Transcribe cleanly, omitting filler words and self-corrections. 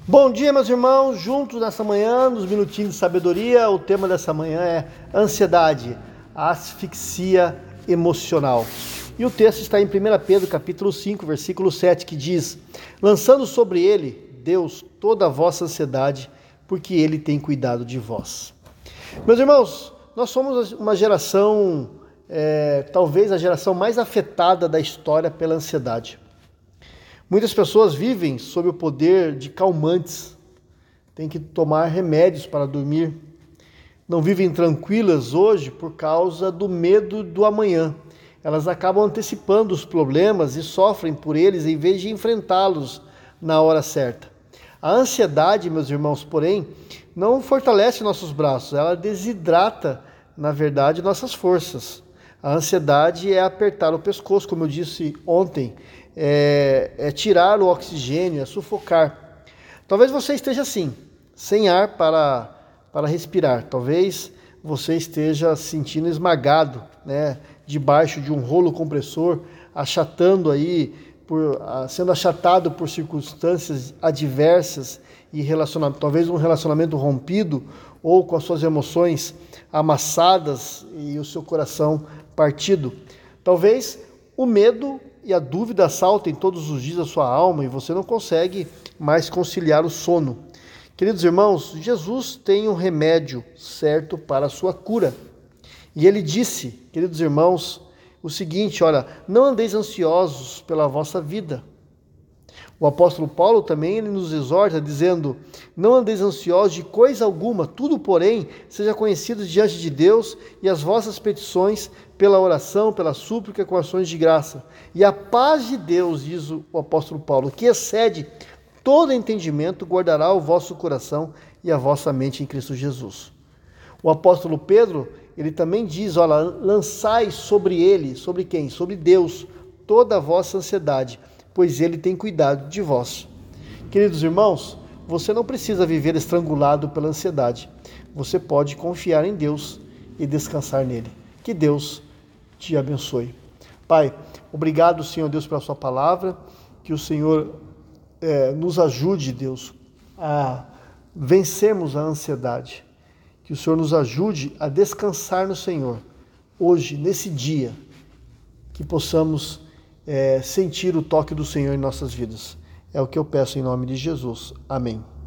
Bom dia, meus irmãos, juntos nessa manhã, nos minutinhos de sabedoria. O tema dessa manhã é ansiedade, a asfixia emocional. E o texto está em 1 Pedro, capítulo 5, versículo 7, que diz: lançando sobre ele, Deus, toda a vossa ansiedade, porque ele tem cuidado de vós. Meus irmãos, nós somos uma geração, talvez a geração mais afetada da história pela ansiedade. Muitas pessoas vivem sob o poder de calmantes, têm que tomar remédios para dormir, não vivem tranquilas hoje por causa do medo do amanhã. Elas acabam antecipando os problemas e sofrem por eles em vez de enfrentá-los na hora certa. A ansiedade, meus irmãos, porém, não fortalece nossos braços, ela desidrata, na verdade, nossas forças. A ansiedade é apertar o pescoço, como eu disse ontem, é tirar o oxigênio, é sufocar. Talvez você esteja assim, sem ar para respirar. Talvez você esteja se sentindo esmagado, debaixo de um rolo compressor, sendo achatado por circunstâncias adversas e talvez um relacionamento rompido, ou com as suas emoções amassadas e o seu coração partido. Talvez o medo e a dúvida assaltem todos os dias a sua alma e você não consegue mais conciliar o sono. Queridos irmãos, Jesus tem um remédio certo para a sua cura. E ele disse, queridos irmãos, o seguinte: olha, não andeis ansiosos pela vossa vida. O apóstolo Paulo também ele nos exorta dizendo: não andeis ansiosos de coisa alguma, tudo porém seja conhecido diante de Deus e as vossas petições pela oração, pela súplica com ações de graça. E a paz de Deus, diz o apóstolo Paulo, que excede todo entendimento, guardará o vosso coração e a vossa mente em Cristo Jesus. O apóstolo Pedro, ele também diz, olha, lançai sobre ele, sobre quem? Sobre Deus, toda a vossa ansiedade, pois ele tem cuidado de vós. Queridos irmãos, você não precisa viver estrangulado pela ansiedade. Você pode confiar em Deus e descansar nele. Que Deus te abençoe. Pai, obrigado, Senhor Deus, pela sua palavra. Que o Senhor nos ajude, Deus, a vencermos a ansiedade. Que o Senhor nos ajude a descansar no Senhor. Hoje, nesse dia, que possamos sentir o toque do Senhor em nossas vidas. É o que eu peço em nome de Jesus. Amém.